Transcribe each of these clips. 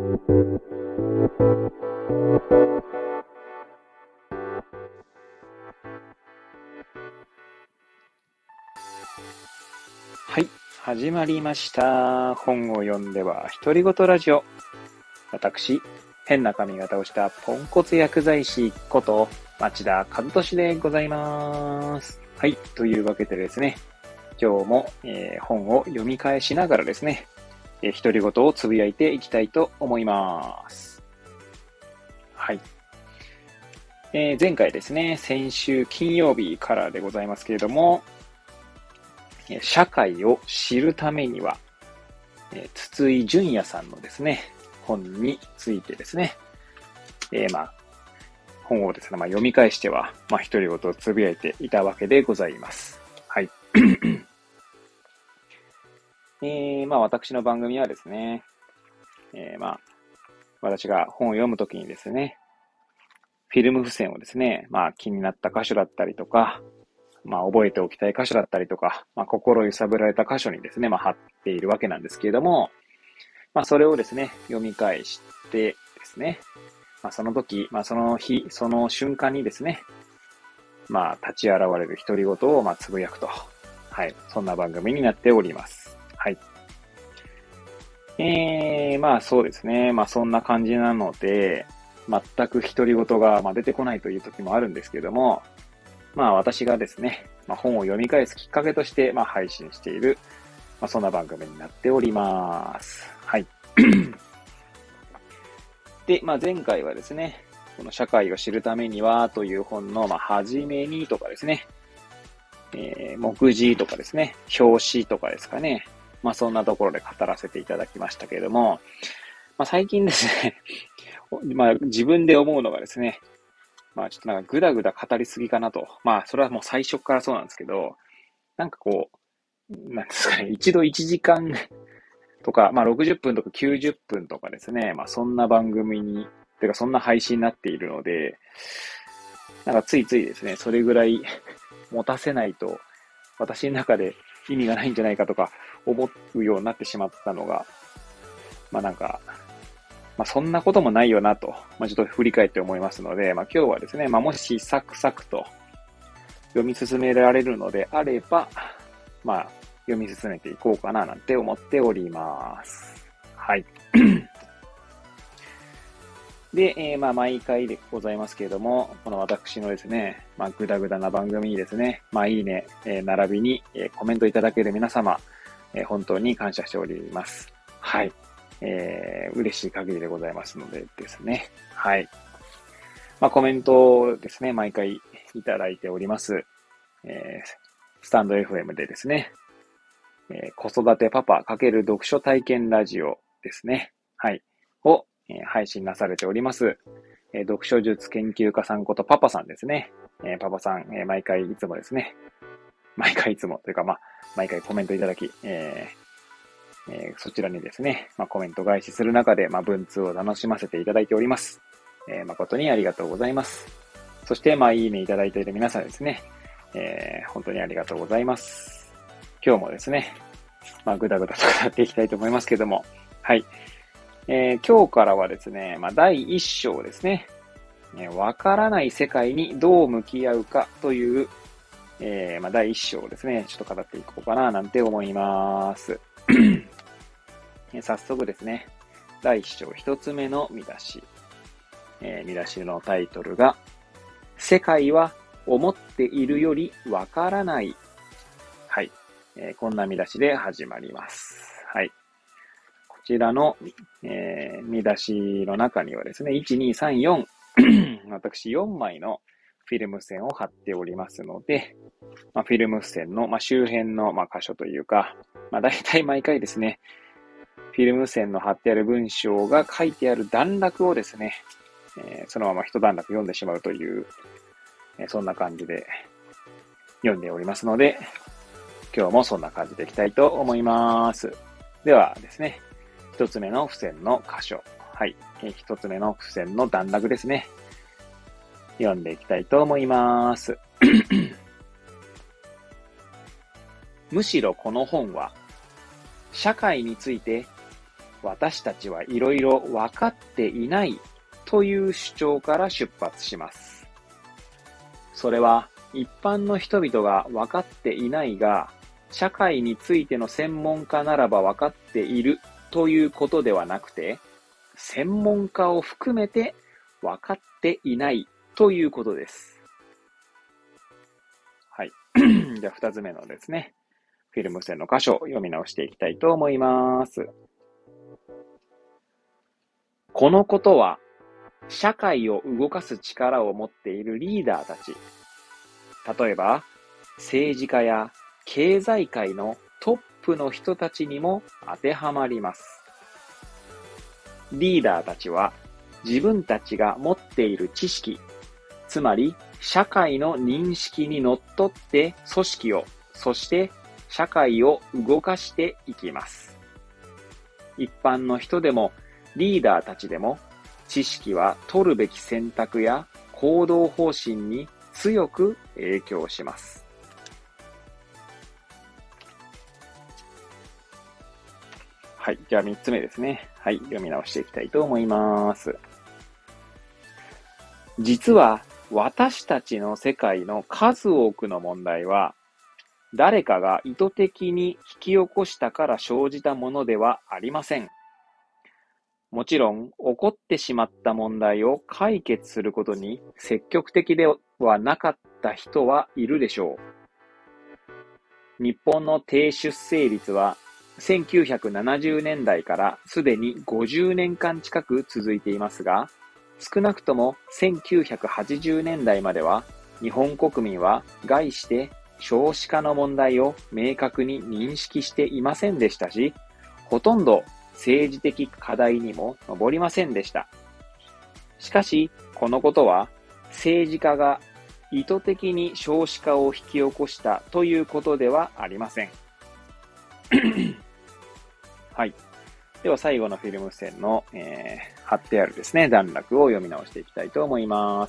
はい、始まりました。本を読んでは独り言ラジオ。私、変な髪型をしたポンコツ薬剤師こと町田和俊でございます。はい、というわけでですね、今日も、本を読み返しながらですね、独り言をつぶやいていきたいと思います。はい。前回ですね、先週金曜日からでございますけれども、社会を知るためには、筒井淳也さんのですね、本についてですね、本をですね、読み返しては、独り言をつぶやいていたわけでございます。はい。私の番組はですね、私が本を読むときにですね、フィルム付箋をですね、気になった箇所だったりとか、覚えておきたい箇所だったりとか、心揺さぶられた箇所にですね、貼っているわけなんですけれども、それをですね、読み返してですね、その時、その日、その瞬間にですね、立ち現れる独り言をつぶやくと。はい。そんな番組になっております。はい。そうですね。そんな感じなので、全く独り言が出てこないという時もあるんですけども、私がですね、本を読み返すきっかけとして、配信している、そんな番組になっております。はい。で、前回はですね、この社会を知るためにはという本の、はじめにとかですね、目次とかですね、表紙とかですかね、そんなところで語らせていただきましたけれども、最近ですね、自分で思うのがですね、ちょっとぐだぐだ語りすぎかなと。それはもう最初からそうなんですけど、なんですかね、一度1時間とか、60分とか90分とかですね、そんな番組に、てかそんな配信になっているので、ついついですね、それぐらい持たせないと、私の中で意味がないんじゃないかとか思うようになってしまったのが、そんなこともないよなと、ちょっと振り返って思いますので、今日はですね、もしサクサクと読み進められるのであれば、読み進めていこうかななんて思っております。はい。で、毎回でございますけれども、この私のですね、ぐだぐだな番組にですね、いいね、並びに、コメントいただける皆様、本当に感謝しております。はい。嬉しい限りでございますのでですね。はい。コメントをですね、毎回いただいております。スタンド FM でですね、子育てパパ×読書体験ラジオですね。はい。を、配信なされております。読書術研究家さんことパパさんですね。パパさん、毎回いつもですね。毎回いつもというか、毎回コメントいただき、そちらにですね、コメント返しする中で、文通を楽しませていただいております。誠にありがとうございます。そして、いいねいただいている皆さんですね、本当にありがとうございます。今日もですね、ぐだぐだと語っていきたいと思いますけども、はい。今日からはですね、第一章ですね、わからない世界にどう向き合うかという、第一章をですね、ちょっと語っていこうかななんて思います。早速ですね、第一章一つ目の見出し。見出しのタイトルが、世界は思っているよりわからない。はい、こんな見出しで始まります。はい。こちらの、見出しの中にはですね、1、2、3、4、私4枚のフィルム線を貼っておりますので、フィルム線の、周辺の、箇所というか、大体毎回ですね、フィルム線の貼ってある文章が書いてある段落をですね、そのまま一段落読んでしまうという、そんな感じで読んでおりますので、今日もそんな感じでいきたいと思います。ではですね、一つ目の付箋の箇所。はい。一つ目の付箋の段落ですね。読んでいきたいと思います。むしろこの本は、社会について私たちはいろいろ分かっていないという主張から出発します。それは一般の人々が分かっていないが、社会についての専門家ならば分かっているということではなくて、専門家を含めて分かっていないということです。はい。じゃあ二つ目のですね、フィルム線の箇所を読み直していきたいと思います。このことは、社会を動かす力を持っているリーダーたち、例えば政治家や経済界のトップの人たちにも当てはまります。リーダーたちは自分たちが持っている知識、つまり社会の認識にのっとって組織を、そして社会を動かしていきます。一般の人でもリーダーたちでも知識は取るべき選択や行動方針に強く影響します。はい。じゃあ3つ目ですね。はい。読み直していきたいと思います。実は私たちの世界の数多くの問題は、誰かが意図的に引き起こしたから生じたものではありません。もちろん、起こってしまった問題を解決することに積極的ではなかった人はいるでしょう。日本の低出生率は1970年代からすでに50年間近く続いていますが、少なくとも1980年代までは日本国民は概して少子化の問題を明確に認識していませんでしたし、ほとんど政治的課題にも上りませんでした。しかし、このことは政治家が意図的に少子化を引き起こしたということではありません。はい。では最後のフィルム線の、貼ってあるですね、段落を読み直していきたいと思います。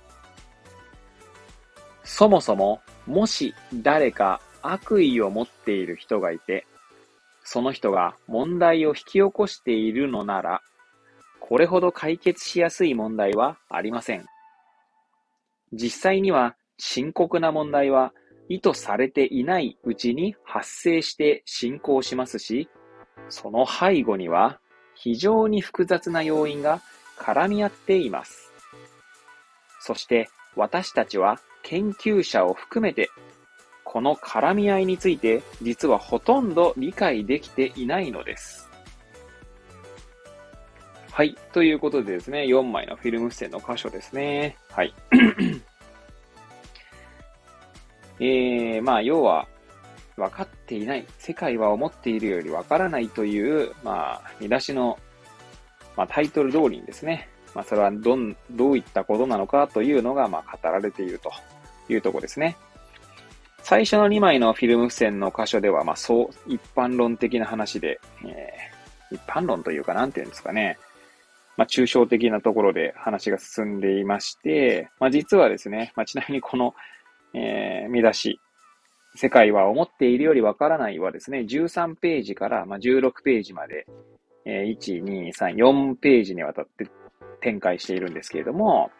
そもそも、もし誰か悪意を持っている人がいて、その人が問題を引き起こしているのなら、これほど解決しやすい問題はありません。実際には深刻な問題は意図されていないうちに発生して進行しますし、その背後には非常に複雑な要因が絡み合っています。そして私たちは研究者を含めてこの絡み合いについて実はほとんど理解できていないのです。はい。ということでですね、4枚のフィルム線の箇所ですね。はい。要は、分かっていない。世界は思っているより分からないという、見出しの、タイトル通りにですね、それはどういったことなのかというのが、語られているというところですね。最初の2枚のフィルム付箋の箇所では、一般論的な話で、一般論というか、なんていうんですかね。抽象的なところで話が進んでいまして、実はですね、ちなみにこの、見出し、世界は思っているよりわからないはですね、13ページから16ページまで、1、2、3、4ページにわたって展開しているんですけれども、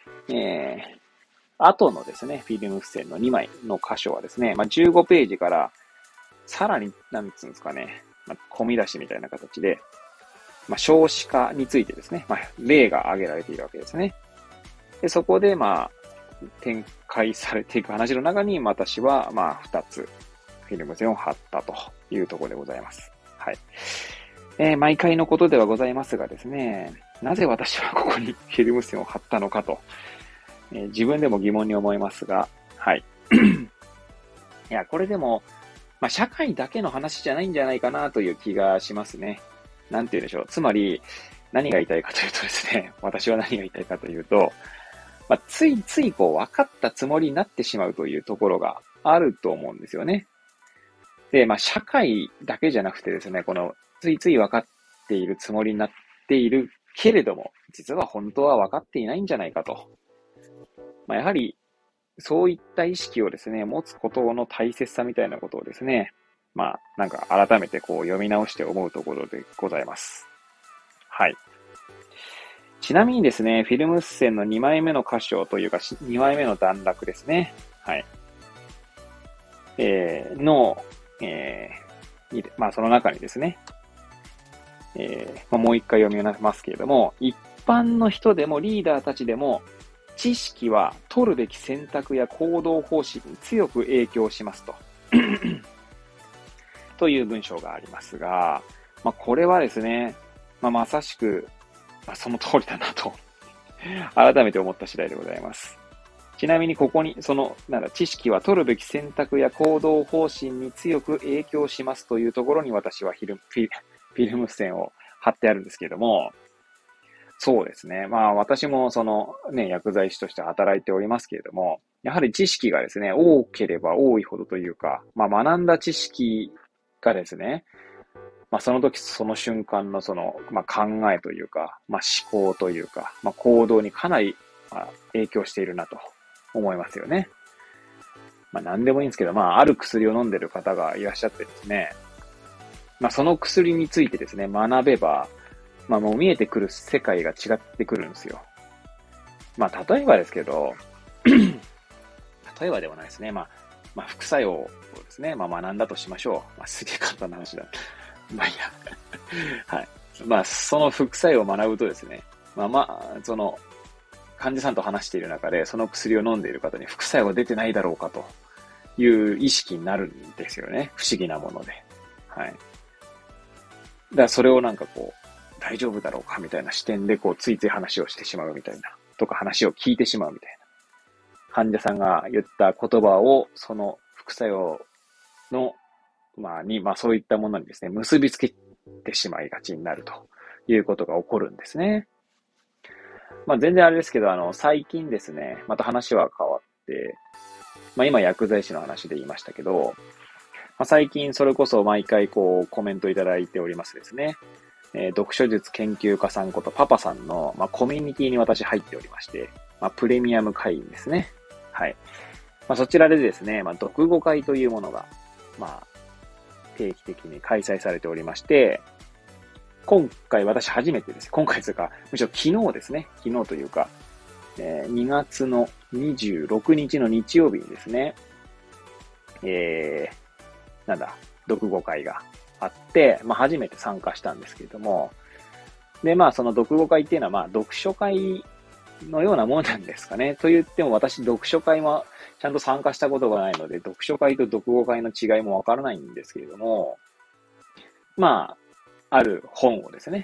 後のですね、フィルム付箋の2枚の箇所はですね、15ページからさらに、なんつうんですかね、込み出しみたいな形で、少子化についてですね、例が挙げられているわけですね。で、そこで、展開されていく話の中に、私は、2つ、フィルム線を貼ったというところでございます。はい。毎回のことではございますがですね、なぜ私はここにフィルム線を貼ったのかと、自分でも疑問に思いますが、はい。いや、これでも、社会だけの話じゃないんじゃないかなという気がしますね。なんて言うんでしょう。つまり、何が言いたいかというとですね、私は何が言いたいかというと、ついつい分かったつもりになってしまうというところがあると思うんですよね。で、社会だけじゃなくてですね、このついつい分かっているつもりになっているけれども、実は本当は分かっていないんじゃないかと。やはり、そういった意識をですね、持つことの大切さみたいなことをですね、 なんか改めてこう読み直して思うところでございます。はい。ちなみにですね、フィルムス線の2枚目の箇所というか、2枚目の段落ですね。はい。の、その中にですね、もう一回読みますけれども、一般の人でもリーダーたちでも、知識は取るべき選択や行動方針に強く影響しますと。という文章がありますが、これはですね、まさしく、その通りだなと、改めて思った次第でございます。ちなみにここに、知識は取るべき選択や行動方針に強く影響しますというところに私はフィルム線を貼ってあるんですけれども、そうですね。私も薬剤師として働いておりますけれども、やはり知識がですね、多ければ多いほどというか、学んだ知識がですね、その時その瞬間の考えというか、思考というか、行動にかなり影響しているなと思いますよね。何でもいいんですけど、ある薬を飲んでる方がいらっしゃってですね、その薬についてですね、学べば、もう見えてくる世界が違ってくるんですよ。例えばですけど、例えばではないですね。副作用をですね、学んだとしましょう。すげえ簡単な話だ。いや。はい。その副作用を学ぶとですね、患者さんと話している中で、その薬を飲んでいる方に副作用が出てないだろうかという意識になるんですよね。不思議なもので。はい。だからそれを大丈夫だろうかみたいな視点でついつい話をしてしまうみたいな、とか話を聞いてしまうみたいな。患者さんが言った言葉を、その副作用の、そういったものにですね、結びつけてしまいがちになるということが起こるんですね。全然あれですけど、最近ですね、また話は変わって、今薬剤師の話で言いましたけど、最近それこそ毎回コメントいただいておりますですね。読書術研究家さんことパパさんの、コミュニティに私入っておりまして、プレミアム会員ですね。はい。そちらでですね、読語会というものが、定期的に開催されておりまして、今回私初めてです。今回というか、むしろ昨日ですね。昨日というか、2月の26日の日曜日にですね、読語会があって、初めて参加したんですけれども、で、その読語会っていうのは、読書会のようなものなんですかね。と言っても私、読書会はちゃんと参加したことがないので、読書会と読語会の違いもわからないんですけれども、ある本をですね、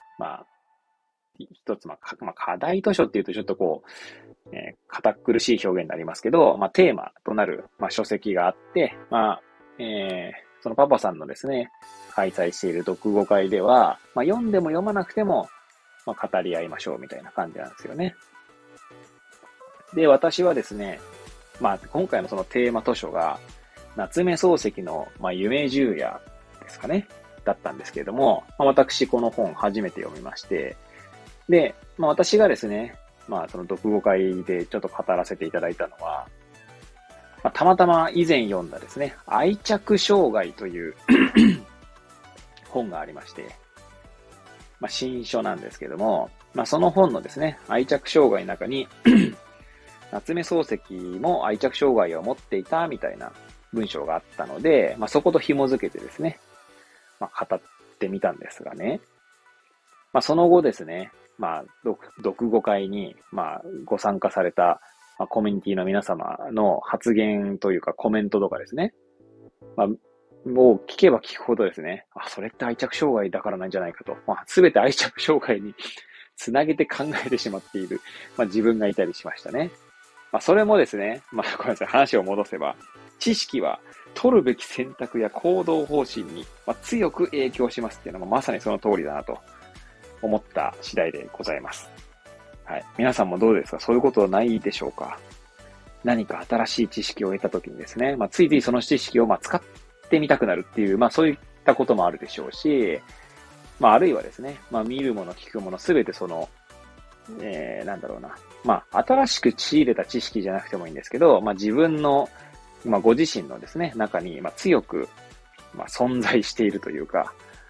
一つ、課題図書っていうとちょっと堅苦しい表現になりますけど、テーマとなる、書籍があって、そのパパさんのですね、開催している読語会では、読んでも読まなくても、語り合いましょうみたいな感じなんですよね。で、私はですね、今回のそのテーマ図書が、夏目漱石の、夢十夜ですかね、だったんですけれども、私この本初めて読みまして、で、私がですね、その読語会でちょっと語らせていただいたのは、たまたま以前読んだですね、愛着障害という本がありまして、新書なんですけども、その本のですね、愛着障害の中に夏目漱石も愛着障害を持っていたみたいな文章があったので、そこと紐づけてですね、語ってみたんですがね、その後ですね、読語会に、ご参加された、コミュニティの皆様の発言というかコメントとかですね、もう聞けば聞くほどですね、それって愛着障害だからなんじゃないかと、すべて愛着障害につなげて考えてしまっている、自分がいたりしましたね。それもですね、ごめんなさい、話を戻せば、知識は取るべき選択や行動方針に、強く影響しますっていうのもまさにその通りだなと思った次第でございます。はい。皆さんもどうですか？そういうことはないでしょうか？何か新しい知識を得たときにですね、ついついその知識を使ってみたくなるっていう、そういったこともあるでしょうし、あるいはですね、見るもの、聞くもの、すべてその、新しく仕入れた知識じゃなくてもいいんですけど、自分の、ご自身のですね、中に、強く、 存在しているというか、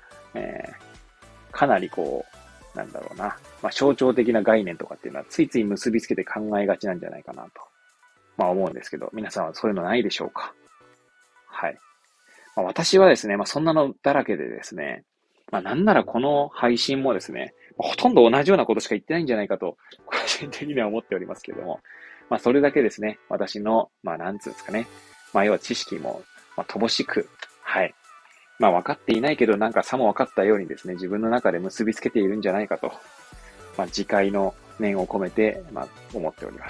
かなり象徴的な概念とかっていうのはついつい結びつけて考えがちなんじゃないかなと、思うんですけど、皆さんはそういうのないでしょうか？はい。私はですね、そんなのだらけでですね、なんならこの配信もですね、ほとんど同じようなことしか言ってないんじゃないかと、個人的には思っておりますけれども、それだけですね、私の、なんつうんですかね、要は知識も、乏しく、はい。分かっていないけど、なんかさも分かったようにですね、自分の中で結びつけているんじゃないかと、自戒の念を込めて、思っております。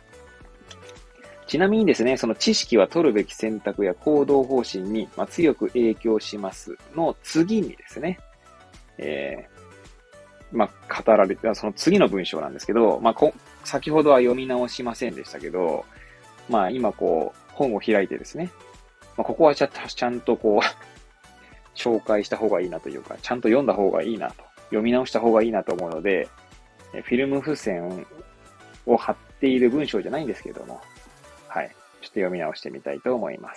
ちなみにですね、その知識は取るべき選択や行動方針に、強く影響しますの次にですね、語られて、その次の文章なんですけど、先ほどは読み直しませんでしたけど、今本を開いてですね、ここはちゃんと紹介した方がいいなというか、ちゃんと読んだ方がいいなと、読み直した方がいいなと思うので、フィルム付箋を貼っている文章じゃないんですけども、はい。ちょっと読み直してみたいと思います。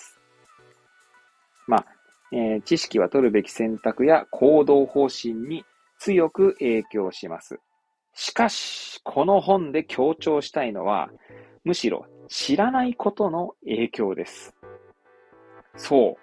知識は取るべき選択や行動方針に強く影響します。しかし、この本で強調したいのは、むしろ知らないことの影響です。そう。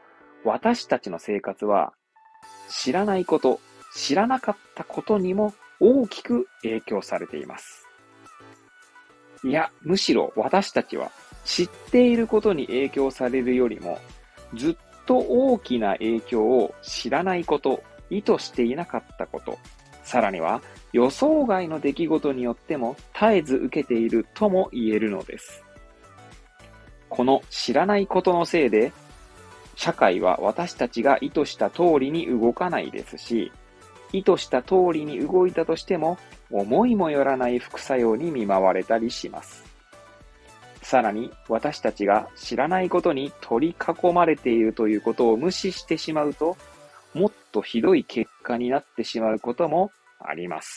私たちの生活は、知らないこと、知らなかったことにも大きく影響されています。いや、むしろ私たちは知っていることに影響されるよりも、ずっと大きな影響を知らないこと、意図していなかったこと、さらには予想外の出来事によっても絶えず受けているとも言えるのです。この知らないことのせいで、社会は私たちが意図した通りに動かないですし、意図した通りに動いたとしても、思いもよらない副作用に見舞われたりします。さらに、私たちが知らないことに取り囲まれているということを無視してしまうと、もっとひどい結果になってしまうこともあります。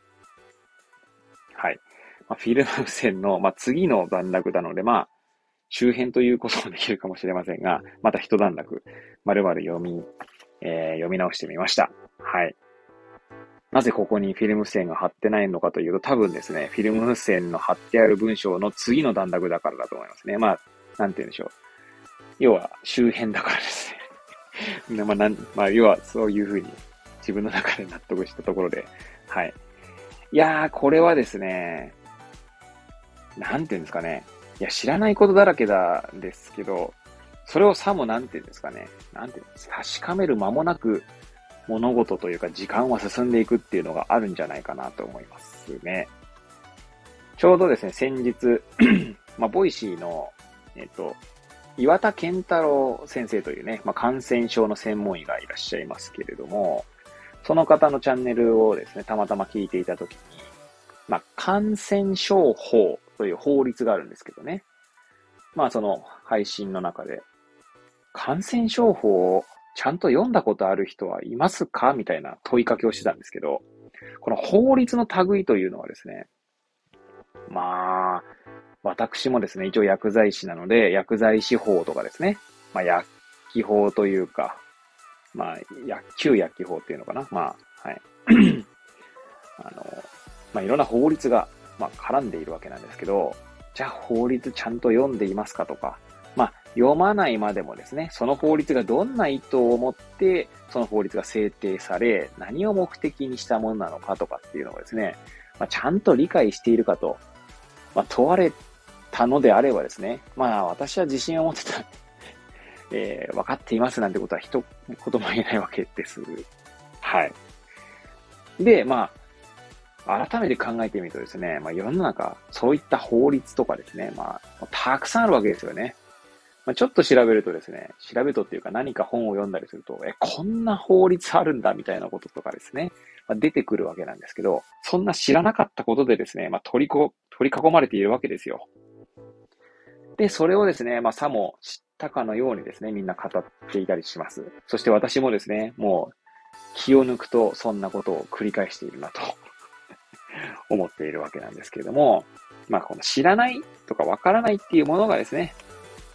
はい。フィルム線の、次の段落なので、周辺ということもできるかもしれませんが、また一段落、丸々読み直してみました。はい。なぜここにフィルム線が貼ってないのかというと、多分ですね、フィルム線の貼ってある文章の次の段落だからだと思いますね。なんて言うんでしょう。要は周辺だからですね。要はそういうふうに自分の中で納得したところで、はい。いやー、これはですね、なんて言うんですかね。いや、知らないことだらけですけど、それをさもなんて言うんですかね。確かめる間もなく、物事というか時間は進んでいくっていうのがあるんじゃないかなと思いますね。ちょうどですね、先日、ボイシーの、岩田健太郎先生というね、感染症の専門医がいらっしゃいますけれども、その方のチャンネルをですね、たまたま聞いていたときに、感染症法という法律があるんですけどね。その配信の中で、感染症法をちゃんと読んだことある人はいますかみたいな問いかけをしてたんですけど、この法律の類というのはですね、私もですね、一応薬剤師なので、薬剤師法とかですね、薬機法というか、旧薬機法っていうのかな。はい。いろんな法律が、絡んでいるわけなんですけど、じゃあ法律ちゃんと読んでいますかとか、読まないまでもですね、その法律がどんな意図を持って、その法律が制定され、何を目的にしたものなのかとかっていうのをですね、ちゃんと理解しているかと、問われたのであればですね、私は自信を持ってた、分かっていますなんてことは一言も言えないわけです。はい。で、改めて考えてみるとですね、世の中、そういった法律とかですね、たくさんあるわけですよね。ちょっと調べるとですね、調べるとっていうか何か本を読んだりすると、こんな法律あるんだみたいなこととかですね、出てくるわけなんですけど、そんな知らなかったことでですね、取り囲まれているわけですよ。で、それをですね、さも知ったかのようにですね、みんな語っていたりします。そして私もですね、もう気を抜くとそんなことを繰り返しているなと思っているわけなんですけれども、この知らないとかわからないっていうものがですね、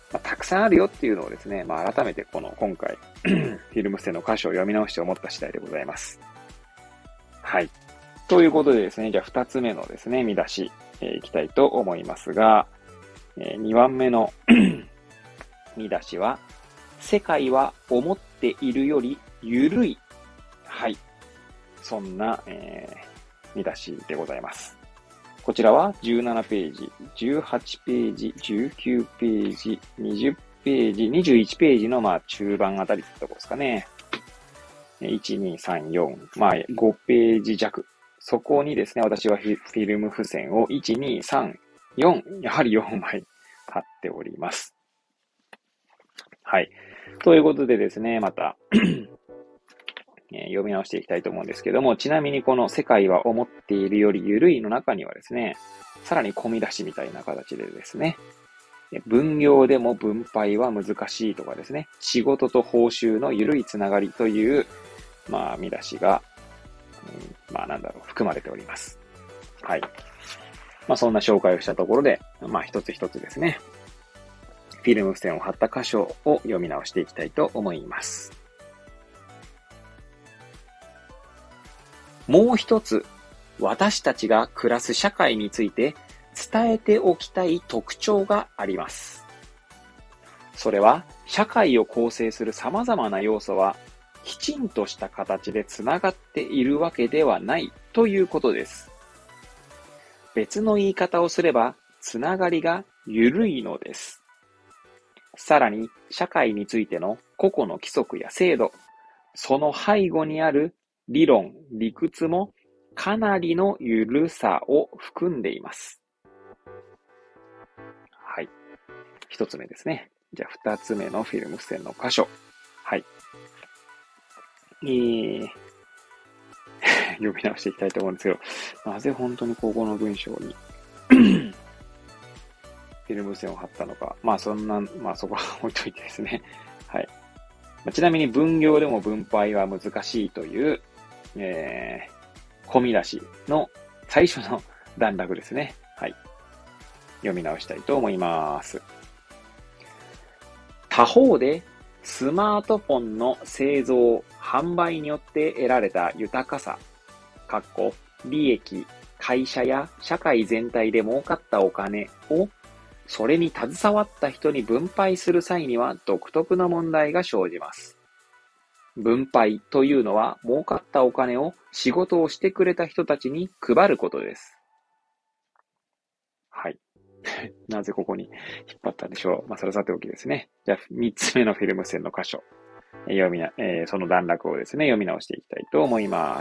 たくさんあるよっていうのをですね、改めて今回、フィルムステの箇所を読み直して思った次第でございます。はい。ということでですね、じゃあ2つ目のですね、見出し、いきたいと思いますが、2番目の見出しは、世界は思っているより緩い。はい。そんな、見出しでございます。こちらは17ページ、18ページ、19ページ、20ページ、21ページの中盤あたりってとこですかね。1、2、3、4、5ページ弱。そこにですね、私はフィルム付箋を1、2、3、4、やはり4枚貼っております。はい。ということでですね、また読み直していきたいと思うんですけども、ちなみにこの世界は思っているより緩いの中にはですね、さらに込み出しみたいな形でですね、分業でも分配は難しいとかですね、仕事と報酬の緩いつながりという、見出しが、含まれております。はい。そんな紹介をしたところで、一つ一つですね、フィルム付箋を貼った箇所を読み直していきたいと思います。もう一つ、私たちが暮らす社会について伝えておきたい特徴があります。それは、社会を構成する様々な要素は、きちんとした形でつながっているわけではないということです。別の言い方をすれば、つながりが緩いのです。さらに、社会についての個々の規則や制度、その背後にある理論、理屈もかなりの緩さを含んでいます。はい。一つ目ですね。じゃあ二つ目のフィルム付箋の箇所。はい。読み直していきたいと思うんですけど、なぜ本当にここの文章にフィルム付箋を貼ったのか。そこは置いといてですね。はい。ちなみに分業でも分配は難しいという、込み出しの最初の段落ですね。はい。読み直したいと思います。他方で、スマートフォンの製造、販売によって得られた豊かさ、利益、会社や社会全体で儲かったお金を、それに携わった人に分配する際には独特な問題が生じます。分配というのは儲かったお金を仕事をしてくれた人たちに配ることです。はい。なぜここに引っ張ったんでしょう。それさておきですね。じゃあ、3つ目のフィルム線の箇所。その段落をですね、読み直していきたいと思います。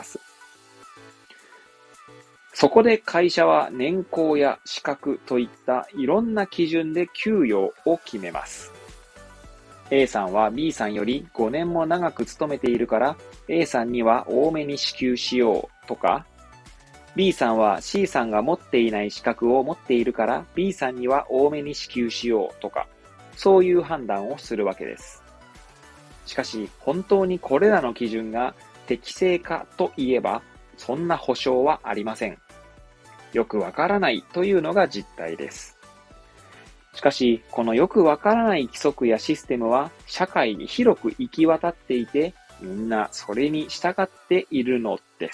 そこで会社は年功や資格といったいろんな基準で給与を決めます。A さんは B さんより5年も長く勤めているから A さんには多めに支給しようとか、B さんは C さんが持っていない資格を持っているから B さんには多めに支給しようとか、そういう判断をするわけです。しかし本当にこれらの基準が適正かといえば、そんな保証はありません。よくわからないというのが実態です。しかし、このよくわからない規則やシステムは社会に広く行き渡っていて、みんなそれに従っているのです。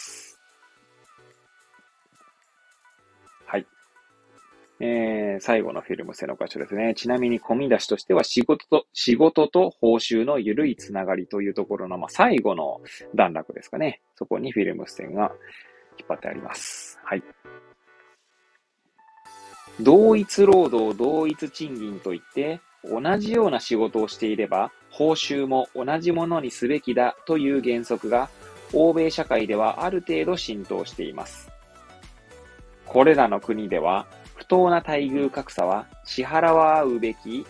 はい。最後のフィルム背の箇所ですね。ちなみに込み出しとしては仕事と報酬の緩いつながりというところの、最後の段落ですかね。そこにフィルム線が引っ張ってあります。はい。同一労働同一賃金といって同じような仕事をしていれば報酬も同じものにすべきだという原則が欧米社会ではある程度浸透しています。これらの国では不当な待遇格差は支払うべき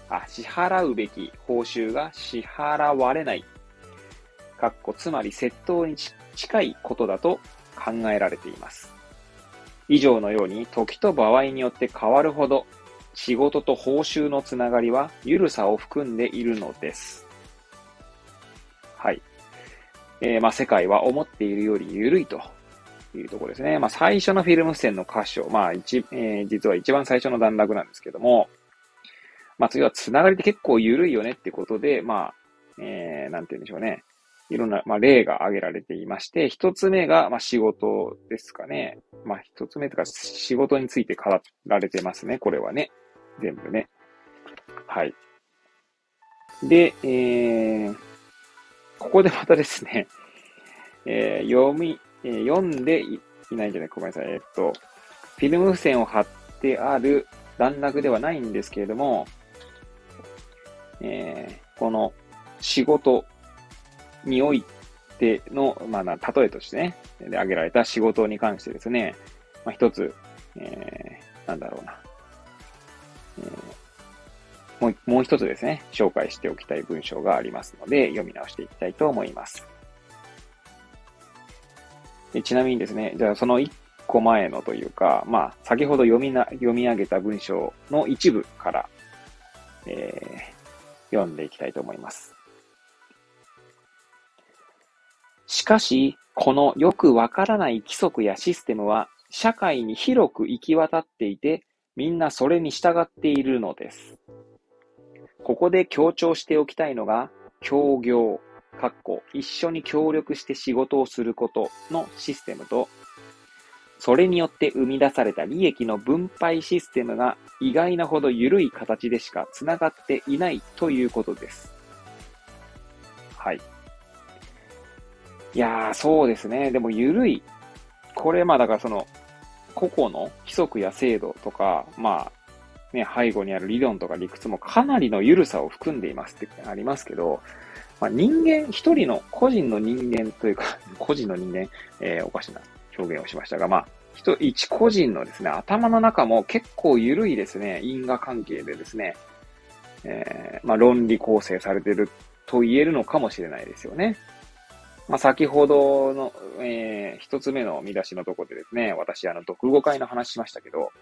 報酬が支払われない。つまり窃盗に近いことだと考えられています。以上のように時と場合によって変わるほど仕事と報酬のつながりは緩さを含んでいるのです。はい。世界は思っているより緩いというところですね。最初のフィルム線の箇所、実は一番最初の段落なんですけども、 まあ、次はつながりって結構緩いよねってことで、まあ、なんて言うんでしょうね。いろんな、まあ、例が挙げられていまして、一つ目が、まあ、仕事ですかね。まあ、一つ目とか、仕事について語られてますね。これはね。全部ね。はい。で、ここでまたですね、読んでいないんじゃない、ごめんなさい。フィルム付箋を貼ってある段落ではないんですけれども、この仕事においての、まあ、例えとしてね、で挙げられた仕事に関してですね、まあ、一つ、なんだろうな、もう一つですね、紹介しておきたい文章がありますので、読み直していきたいと思います。ちなみにですね、じゃあその一個前のというか、まあ、先ほど読み上げた文章の一部から、読んでいきたいと思います。しかし、このよくわからない規則やシステムは、社会に広く行き渡っていて、みんなそれに従っているのです。ここで強調しておきたいのが、協業、一緒に協力して仕事をすることのシステムと、それによって生み出された利益の分配システムが意外なほど緩い形でしかつながっていないということです。はい。いやー、そうですね。でも緩い。これ、まあだからその、個々の規則や制度とか、まあ、ね、背後にある理論とか理屈もかなりの緩さを含んでいますってありますけど、まあ、人間、一人の個人の人間というか、個人の人間、おかしな表現をしましたが、まあ、一個人のですね、頭の中も結構緩いですね、因果関係でですね、まあ、論理構成されていると言えるのかもしれないですよね。まあ、先ほどの、一つ目の見出しのところでですね、私、読語会の話しましたけど、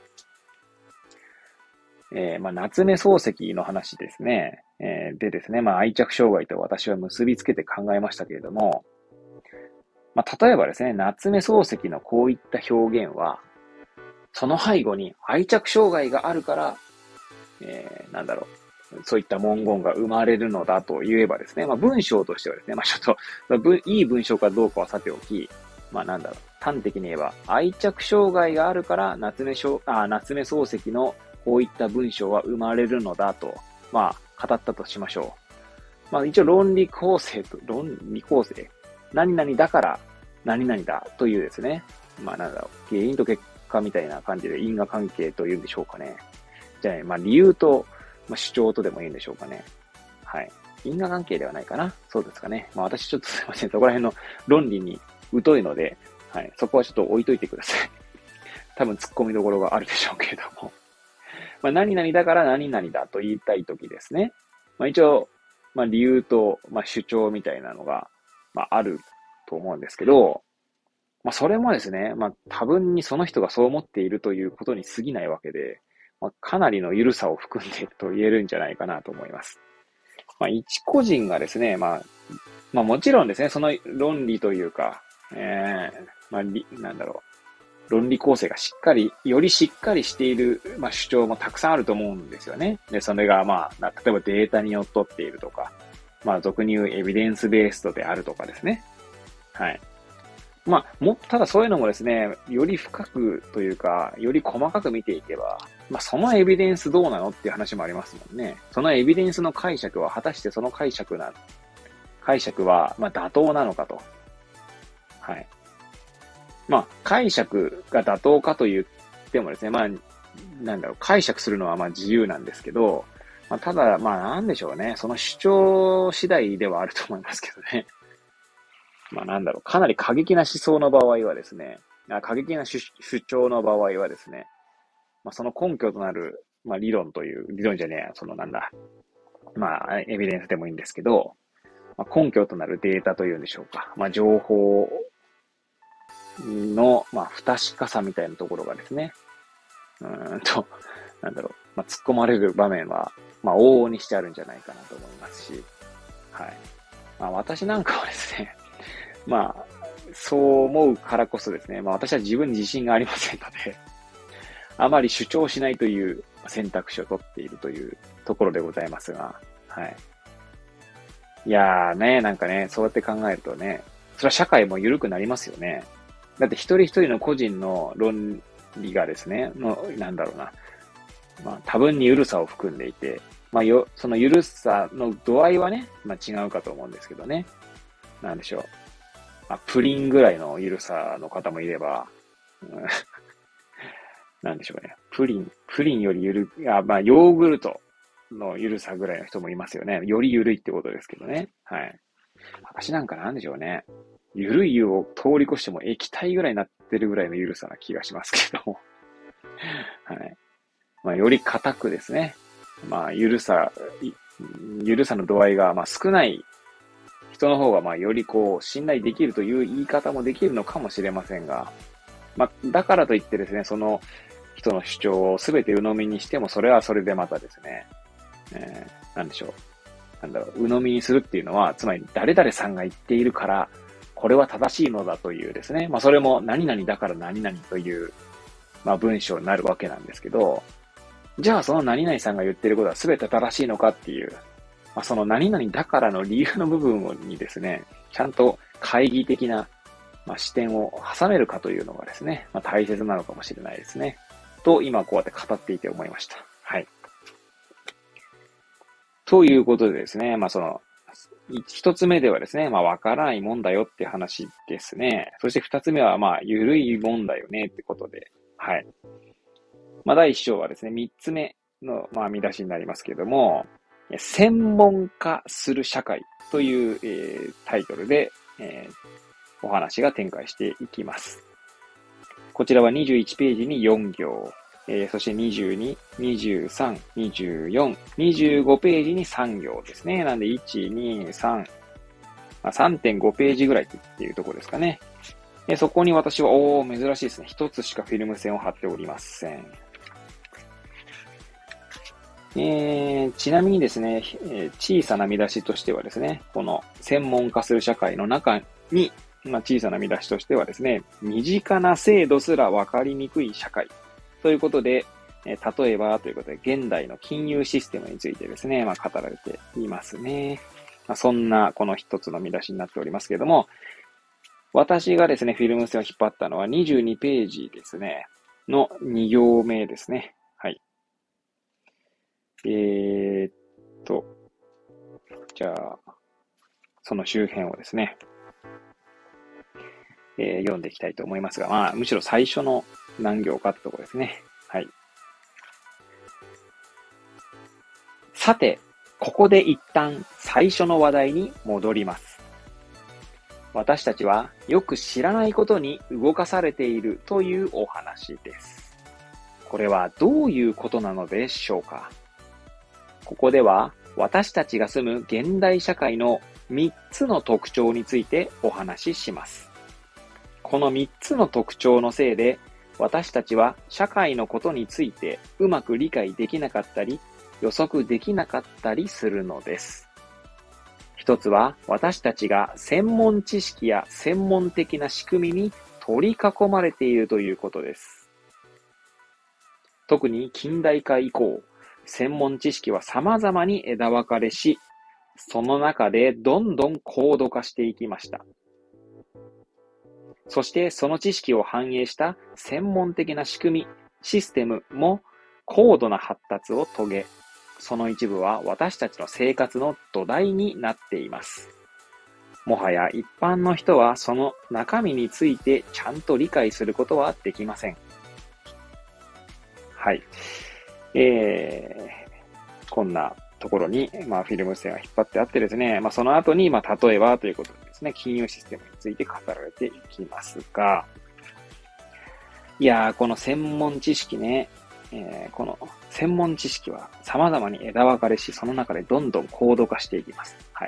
まあ、夏目漱石の話ですね。でですね、まあ、愛着障害と私は結びつけて考えましたけれども、まあ、例えばですね、夏目漱石のこういった表現は、その背後に愛着障害があるから、なんだろう、そういった文言が生まれるのだと言えばですね、まあ、文章としてはですね、まあ、ちょっと、いい文章かどうかはさておき、まあ、なんだろう、端的に言えば、愛着障害があるから夏目漱石のこういった文章は生まれるのだと、まあ、語ったとしましょう。まあ、一応論理構成、何々だから何々だというですね、まあ、なんだろう、原因と結果みたいな感じで因果関係というんでしょうかね。じゃあ、まあ、理由と、まあ、主張とでもいいんでしょうかね。はい。因果関係ではないかな。そうですかね。まあ、私ちょっとすいません。そこら辺の論理に疎いので、はい。そこはちょっと置いといてください。多分突っ込みどころがあるでしょうけれども。まあ、何々だから何々だと言いたいときですね。まあ、一応、まあ、理由と、まあ、主張みたいなのが、まあ、あると思うんですけど、まあ、それもですね、まあ、多分にその人がそう思っているということに過ぎないわけで、まあ、かなりの緩さを含んでいると言えるんじゃないかなと思います。まあ、一個人がですね、まあ、もちろんですね、その論理というか、まあ、なんだろう、論理構成がよりしっかりしている、まあ、主張もたくさんあると思うんですよね。で、それが、まあ、例えばデータにのっとっているとか、まあ、俗に言うエビデンスベースドであるとかですね。はい。まあ、ただそういうのもですね、より深くというか、より細かく見ていけば、まあ、そのエビデンスどうなのっていう話もありますもんね。そのエビデンスの解釈は、果たしてその解釈は、まあ、妥当なのかと。はい。まあ、解釈が妥当かと言ってもですね、まあ、なんだろう、解釈するのはまあ自由なんですけど、まあ、ただ、まあ、なんでしょうね。その主張次第ではあると思いますけどね。まあなんだろう、かなり過激な思想の場合はですね、過激な主張の場合はですね、まあその根拠となる、まあ理論じゃねえや、まあエビデンスでもいいんですけど、まあ、根拠となるデータというんでしょうか。まあ情報の、まあ不確かさみたいなところがですね、なんだろう、まあ突っ込まれる場面は、まあ往々にしてあるんじゃないかなと思いますし、はい。まあ私なんかはですね、まあ、そう思うからこそですね、まあ私は自分に自信がありませんので、あまり主張しないという選択肢を取っているというところでございますが、はい。いやーね、なんかね、そうやって考えるとね、それは社会も緩くなりますよね。だって一人一人の個人の論理がですね、なんだろうな、多分に緩さを含んでいて、その緩さの度合いはね、違うかと思うんですけどね。なんでしょう。プリンぐらいの緩さの方もいれば、なんでしょうね。プリンよりヨーグルトの緩さぐらいの人もいますよね。より緩いってことですけどね。はい。私なんかなんでしょうね。緩い湯を通り越しても液体ぐらいになってるぐらいの緩さな気がしますけども。はい。より硬くですね。緩さの度合いが少ない人の方がより信頼できるという言い方もできるのかもしれませんが、だからといってですね、その人の主張をすべて鵜呑みにしても、それはそれでまたですね、なんでしょう。鵜呑みにするっていうのは、つまり誰々さんが言っているから、これは正しいのだというですね、それも何々だから何々という、文章になるわけなんですけど、じゃあその何々さんが言っていることは全て正しいのかっていう、その何々だからの理由の部分にですね、ちゃんと懐疑的な、視点を挟めるかというのがですね、大切なのかもしれないですね。と、今こうやって語っていて思いました。はい。ということでですね、一つ目ではですね、わからないもんだよって話ですね。そして二つ目は、ゆるいもんだよねってことで、はい。第一章はですね、三つ目の、見出しになりますけれども、専門化する社会という、タイトルで、お話が展開していきます。こちらは21ページに4行、そして22、23、24、25ページに3行ですね。なんで1、2、3、3.5 ページぐらいっていうところですかね。そこに私は、珍しいですね。一つしかフィルム線を貼っておりません。ちなみにですね、小さな見出しとしてはですね、この専門化する社会の中に、小さな見出しとしてはですね、身近な制度すら分かりにくい社会ということで、例えばということで、現代の金融システムについてですね、語られていますね。そんなこの一つの見出しになっておりますけれども、私がですね、フィルム線を引っ張ったのは22ページですね、の2行目ですね。はい。じゃあ、その周辺をですね、読んでいきたいと思いますが、むしろ最初の何行かってところですね。はい。さて、ここで一旦最初の話題に戻ります。私たちはよく知らないことに動かされているというお話です。これはどういうことなのでしょうか？ここでは私たちが住む現代社会の3つの特徴についてお話しします。この3つの特徴のせいで、私たちは社会のことについてうまく理解できなかったり、予測できなかったりするのです。一つは、私たちが専門知識や専門的な仕組みに取り囲まれているということです。特に近代化以降、専門知識は様々に枝分かれし、その中でどんどん高度化していきました。そしてその知識を反映した専門的な仕組み、システムも高度な発達を遂げ、その一部は私たちの生活の土台になっています。もはや一般の人はその中身についてちゃんと理解することはできません。はい。こんなところに、フィルム線が引っ張ってあってですね、その後に、例えばということでですね、金融システムについて語られていきますが、いやー、この専門知識ね、この専門知識は様々に枝分かれし、その中でどんどん高度化していきます。はい。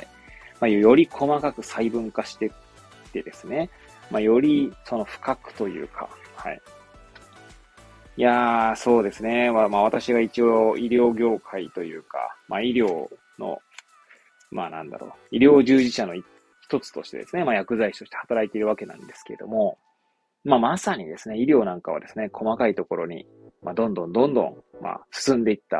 より細かく細分化していってですね、よりその深くというか、はい。いやー、そうですね。私が一応医療業界というか、医療の、医療従事者の一つとしてですね、薬剤師として働いているわけなんですけれども、まさにですね、医療なんかはですね、細かいところにどんどん、進んでいった、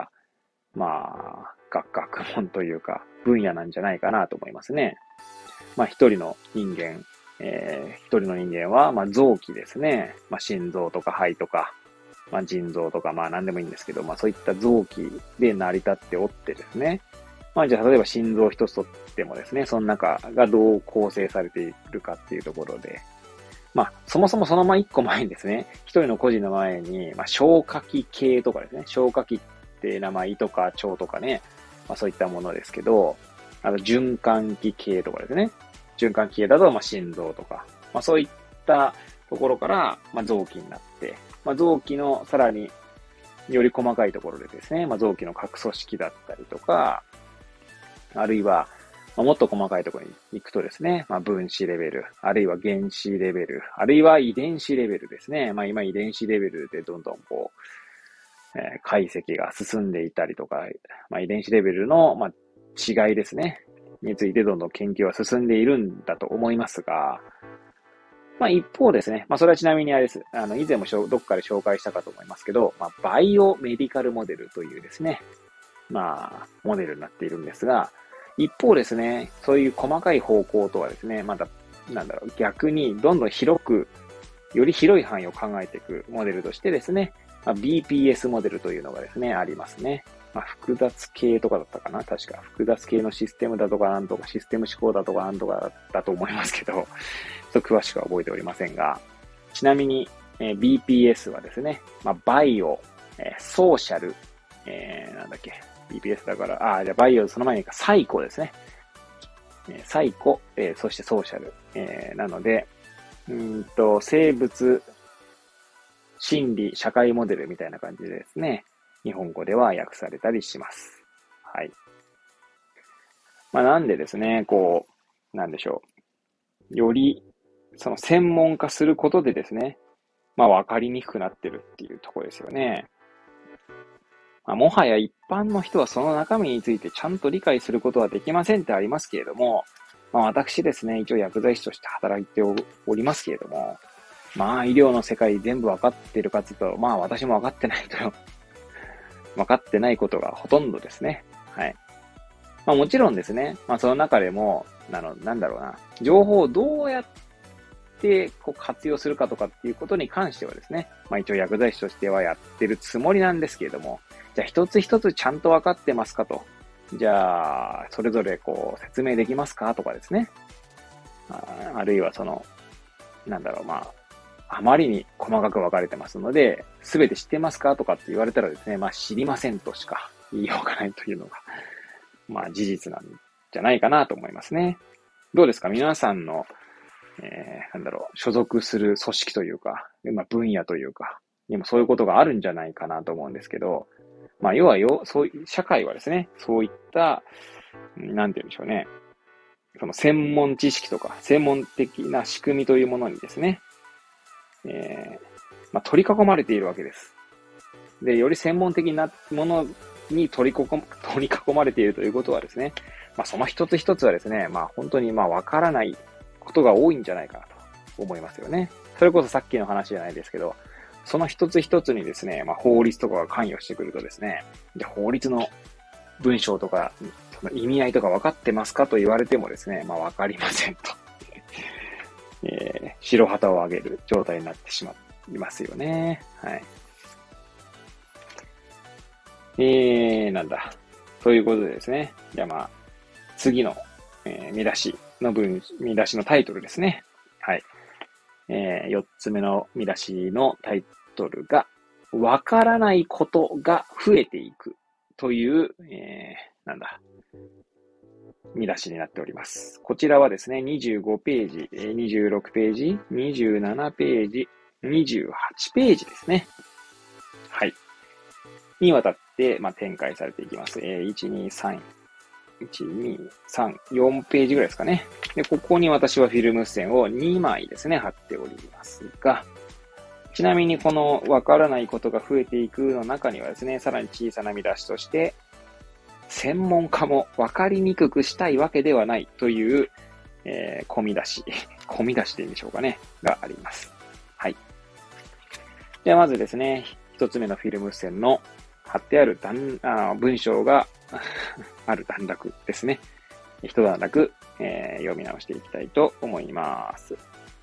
学問というか、分野なんじゃないかなと思いますね。一人の人間、は、臓器ですね。心臓とか肺とか、腎臓とか、何でもいいんですけど、そういった臓器で成り立っておってですね。じゃあ、例えば心臓一つとってもですね、その中がどう構成されているかっていうところで、そもそもその一個前にですね、一人の個人の前に、消化器系とかですね、消化器って名前、胃とか腸とかね、そういったものですけど、循環器系とかですね、循環器系だと、心臓とか、そういったところから、臓器になって、臓器のさらにより細かいところでですね、臓器の核組織だったりとか、あるいは、もっと細かいところに行くとですね、分子レベル、あるいは原子レベル、あるいは遺伝子レベルですね。今遺伝子レベルでどんどん解析が進んでいたりとか、遺伝子レベルの、違いですね。についてどんどん研究は進んでいるんだと思いますが、一方ですね、それはちなみにあれです。以前もどっかで紹介したかと思いますけど、バイオメディカルモデルというですね、モデルになっているんですが、一方ですね、そういう細かい方向とはですね、逆にどんどんより広い範囲を考えていくモデルとしてですね、BPS モデルというのがですね、ありますね。複雑系とかだったかな確か。複雑系のシステムだとかなんとか、システム思考だとかなんとかだと思いますけど、詳しくは覚えておりませんが、ちなみに、BPS はですね、バイオ、ソーシャル、BPS だから、じゃあバイオ、その前にサイコですね。サイコ、そしてソーシャル。なので、生物、心理、社会モデルみたいな感じでですね、日本語では訳されたりします。はい。なんでですね、なんでしょう。より、その専門化することでですね、わかりにくくなってるっていうところですよね。もはや一般の人はその中身についてちゃんと理解することはできませんってありますけれども、私ですね、一応薬剤師として働いておりますけれども、医療の世界全部わかってるかつと、私もわかってないと、わかってないことがほとんどですね。はい。もちろんですね、その中でも、情報をどうやって活用するかとかっていうことに関してはですね、一応薬剤師としてはやってるつもりなんですけれども、じゃあ一つ一つちゃんとわかってますかと。じゃあ、それぞれ説明できますかとかですね。あるいはあまりに細かく分かれてますので、すべて知ってますかとかって言われたらですね、知りませんとしか言いようがないというのが、事実なんじゃないかなと思いますね。どうですか皆さんの、所属する組織というか、分野というか、にもそういうことがあるんじゃないかなと思うんですけど、要はそういう、社会はですね、そういった、なんて言うんでしょうね。その専門知識とか、専門的な仕組みというものにですね、取り囲まれているわけです。で、より専門的なものに取り囲まれているということはですね、その一つ一つはですね、本当にわからないことが多いんじゃないかなと思いますよね。それこそさっきの話じゃないですけど、その一つ一つにですね、法律とかが関与してくるとですね、で法律の文章とか、その意味合いとか分かってますかと言われてもですね、分かりませんと。白旗を上げる状態になってしまいますよね。はい。ということでですね。じゃあ次の、見出しのタイトルですね。はい。4つ目の見出しのタイトルが、わからないことが増えていくという、見出しになっております。こちらはですね、25ページ、26ページ、27ページ、28ページですね。はい。にわたって、展開されていきます。1、2、3、4ページぐらいですかね。で、ここに私はフィルム線を2枚ですね、貼っておりますが、ちなみにこのわからないことが増えていくの中にはですね、さらに小さな見出しとして、専門家もわかりにくくしたいわけではないという、込み出しでいいんでしょうかね、があります。はい。ではまずですね、 一つ目のフィルム線の貼ってある文章がある段落ですね。一段落、読み直していきたいと思います。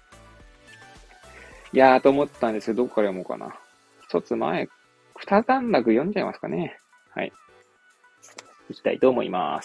いやーと思ったんですけど、どこから読もうかな。一つ前、二段落読んじゃいますかね。はい。いきたいと思います。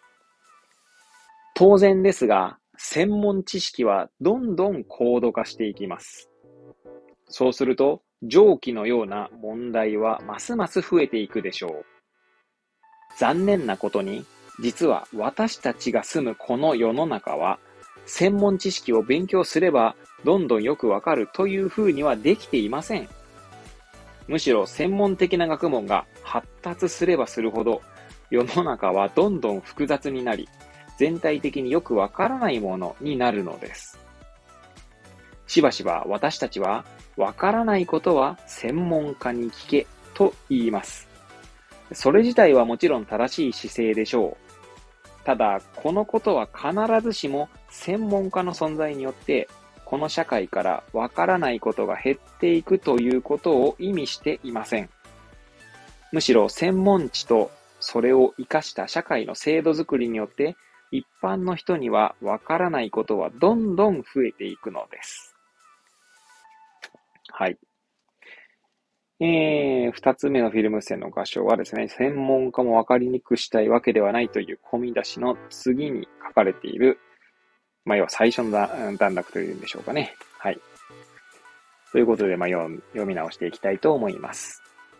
当然ですが、専門知識はどんどん高度化していきます。そうすると、上記のような問題はますます増えていくでしょう。残念なことに、実は私たちが住むこの世の中は、専門知識を勉強すればどんどんよくわかるというふうにはできていません。むしろ専門的な学問が発達すればするほど、世の中はどんどん複雑になり、全体的によくわからないものになるのです。しばしば私たちは、わからないことは専門家に聞けと言います。それ自体はもちろん正しい姿勢でしょう。ただ、このことは必ずしも専門家の存在によって、この社会からわからないことが減っていくということを意味していません。むしろ専門知とそれを生かした社会の制度づくりによって、一般の人にはわからないことはどんどん増えていくのです。はい。二つ目のフィルム線の箇所はですね、専門家もわかりにくくしたいわけではないという込み出しの次に書かれている、要は最初の段落というんでしょうかね。はい。ということで、読み直していきたいと思います。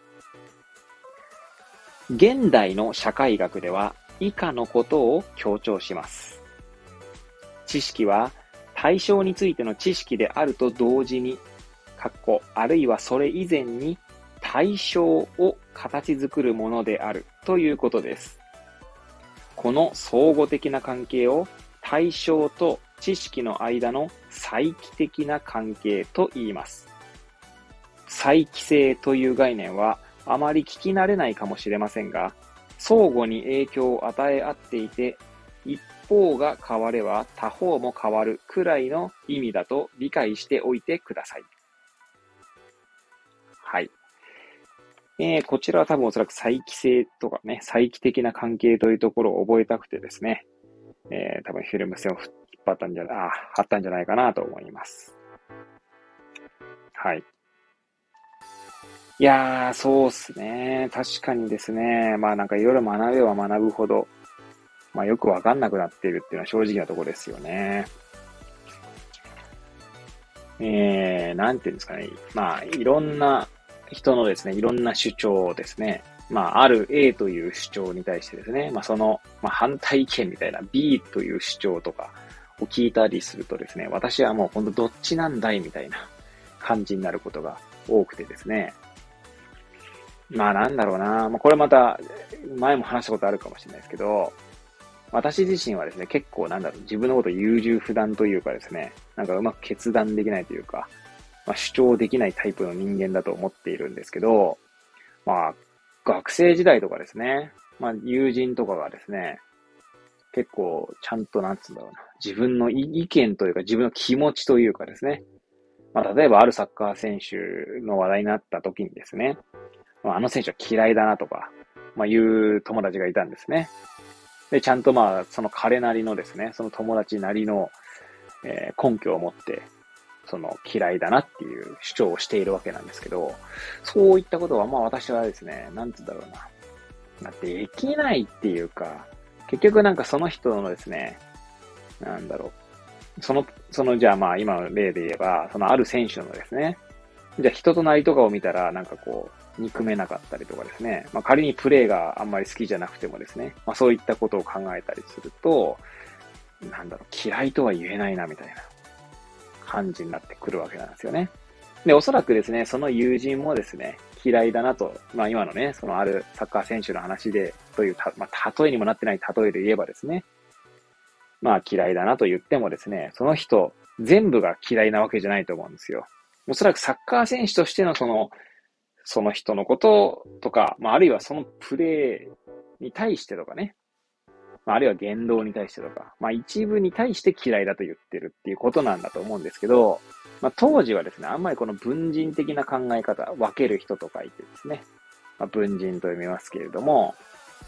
現代の社会学では以下のことを強調します。知識は対象についての知識であると同時に、あるいはそれ以前に対象を形作るものであるということです。この相互的な関係を対象と知識の間の再帰的な関係と言います。再帰性という概念はあまり聞き慣れないかもしれませんが、相互に影響を与え合っていて、一方が変われば他方も変わるくらいの意味だと理解しておいてください。はい。こちらは多分おそらく再帰性とかね、再帰的な関係というところを覚えたくてですね、多分フィルム線を貼ったんじゃないかなと思います。はい。いやー、そうっすね。確かにですね。なんかいろいろ学べば学ぶほど、よくわかんなくなっているっていうのは正直なところですよね。なんていうんですかね。いろんな人のですね、いろんな主張をですね、ある A という主張に対してですね、その、反対意見みたいな B という主張とかを聞いたりするとですね、私はもうほんとどっちなんだいみたいな感じになることが多くてですね、なんだろうな。これまた、前も話したことあるかもしれないですけど、私自身はですね、結構自分のこと優柔不断というかですね、うまく決断できないというか、主張できないタイプの人間だと思っているんですけど、学生時代とかですね、友人とかがですね、結構ちゃんと自分の意見というか自分の気持ちというかですね、例えばあるサッカー選手の話題になった時にですね、あの選手は嫌いだなとか、いう友達がいたんですね。で、ちゃんとその彼なりのですね、その友達なりの、根拠を持って、その嫌いだなっていう主張をしているわけなんですけど、そういったことは私はですね、できないっていうか、結局その人のですね、じゃあ今の例で言えば、そのある選手のですね、じゃあ人となりとかを見たら憎めなかったりとかですね、仮にプレーがあんまり好きじゃなくてもですね、そういったことを考えたりすると、嫌いとは言えないなみたいな感じになってくるわけなんですよね。で、おそらくですね、その友人もですね、嫌いだなと、今のね、そのあるサッカー選手の話で、という例えにもなってない例えで言えばですね、嫌いだなと言ってもですね、その人全部が嫌いなわけじゃないと思うんですよ。おそらくサッカー選手としてのその人のこととか、あるいはそのプレーに対してとかね、 あるいは言動に対してとか、一部に対して嫌いだと言ってるっていうことなんだと思うんですけど、当時はですね、あんまりこの文人的な考え方、分ける人と書いてですね、文人と読みますけれども、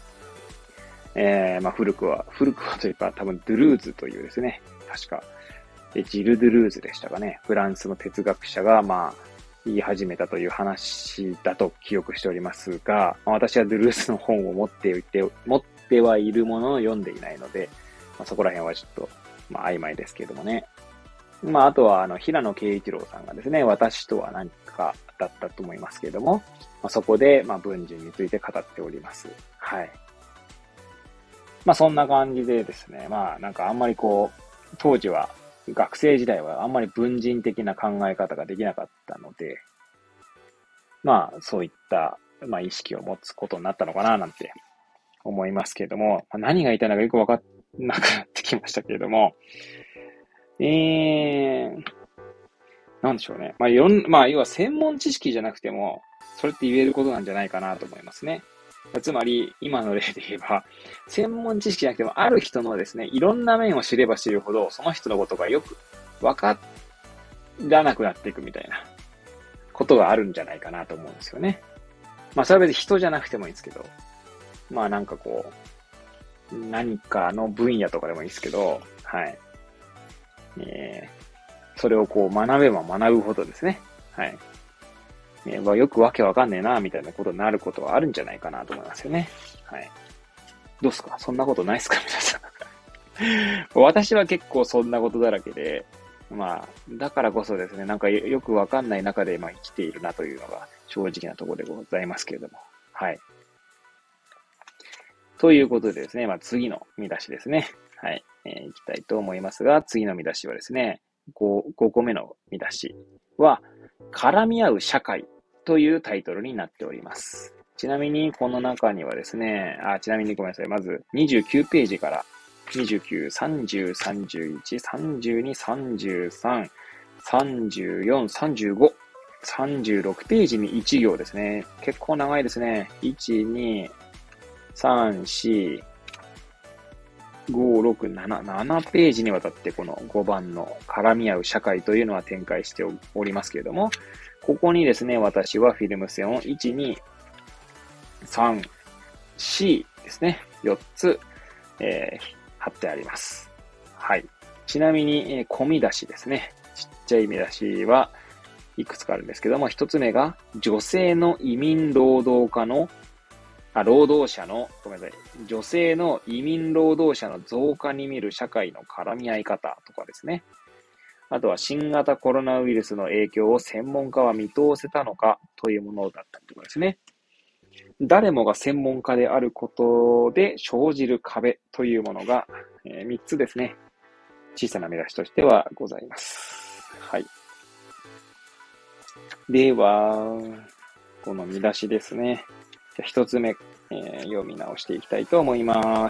古くはというか多分ドゥルーズというですね、確か、ジル・ドゥルーズでしたかね、フランスの哲学者が、言い始めたという話だと記憶しておりますが、私はドゥルーズの本を持ってはいるものを読んでいないので、そこら辺はちょっと、曖昧ですけれどもね。あとは、平野啓一郎さんがですね、私とは何かだったと思いますけれども、そこで、文人について語っております。はい。そんな感じでですね、なんかあんまり当時は、学生時代はあんまり文人的な考え方ができなかったので、そういった、意識を持つことになったのかな、なんて思いますけれども、何が言いたいのかよくわかんなくなってきましたけれども、なんでしょうね。要は専門知識じゃなくても、それって言えることなんじゃないかなと思いますね。つまり、今の例で言えば、専門知識じゃなくても、ある人のですね、いろんな面を知れば知るほど、その人のことがよくわからなくなっていくみたいなことがあるんじゃないかなと思うんですよね。それは別に人じゃなくてもいいんですけど、なんか何かの分野とかでもいいですけど、はい。それを学べば学ぶほどですね。はい。よくわけわかんねえな、みたいなことになることはあるんじゃないかなと思いますよね。はい。どうすか？そんなことないですか皆さん。私は結構そんなことだらけで、だからこそですね、なんかよくわかんない中で生きているなというのが正直なところでございますけれども。はい。ということでですね、次の見出しですね。はい。いきたいと思いますが、次の見出しはですね、5個目の見出しは、絡み合う社会というタイトルになっております。ちなみに、この中にはですね、ちなみにごめんなさい。まず、29ページから、29、30、31、32、33、34、35、36ページに1行ですね。結構長いですね。1、2、3、4、5、6、7ページにわたってこの5番の絡み合う社会というのは展開しておりますけれども、ここにですね、私はフィルム線を1、2、3、4ですね、4つ、貼ってあります。はい。ちなみに、込み出しですね。ちっちゃい見出しはいくつかあるんですけども、1つ目が女性の移民労働者の女性の移民労働者の増加に見る社会の絡み合い方とかですね。あとは新型コロナウイルスの影響を専門家は見通せたのかというものだったりとかですね。誰もが専門家であることで生じる壁というものが、3つですね。小さな見出しとしてはございます。はい。では、この見出しですね。じゃあ1つ目、読み直していきたいと思います。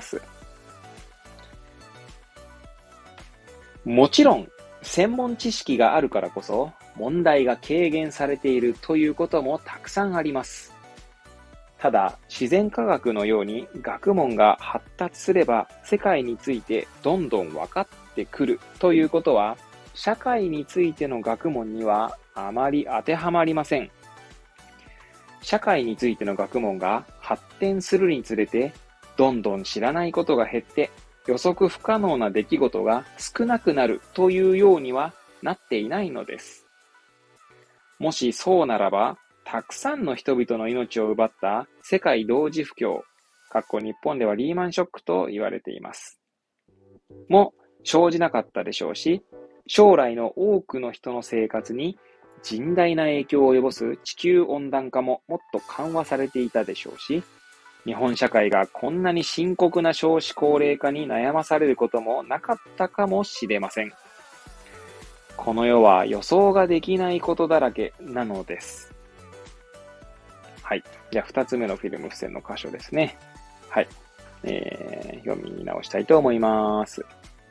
もちろん、専門知識があるからこそ、問題が軽減されているということもたくさんあります。ただ、自然科学のように学問が発達すれば、世界についてどんどん分かってくるということは、社会についての学問にはあまり当てはまりません。社会についての学問が発展するにつれて、どんどん知らないことが減って、予測不可能な出来事が少なくなるというようにはなっていないのです。もしそうならば、たくさんの人々の命を奪った世界同時不況、日本ではリーマンショックと言われています。も生じなかったでしょうし、将来の多くの人の生活に甚大な影響を及ぼす地球温暖化ももっと緩和されていたでしょうし、日本社会がこんなに深刻な少子高齢化に悩まされることもなかったかもしれません。この世は予想ができないことだらけなのです。はい。じゃあ2つ目のフィルム付箋の箇所ですね。はい。読み直したいと思います。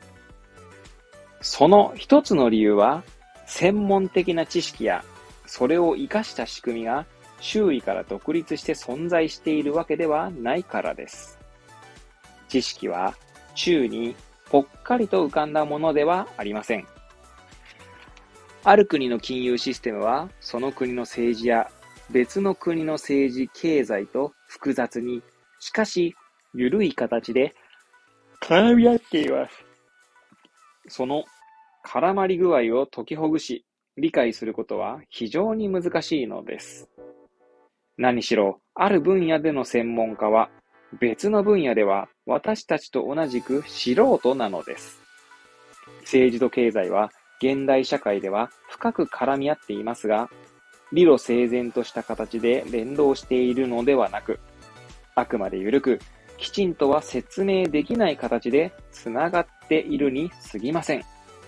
その一つの理由は、専門的な知識やそれを活かした仕組みが周囲から独立して存在しているわけではないからです。知識は宙にぽっかりと浮かんだものではありません。ある国の金融システムは、その国の政治や別の国の政治、経済と複雑に、しかし緩い形で絡み合っています。その絡まり具合を解きほぐし、理解することは非常に難しいのです。何しろ、ある分野での専門家は、別の分野では私たちと同じく素人なのです。政治と経済は現代社会では深く絡み合っていますが、理路整然とした形で連動しているのではなく、あくまで緩く、きちんとは説明できない形でつながっているに過ぎません。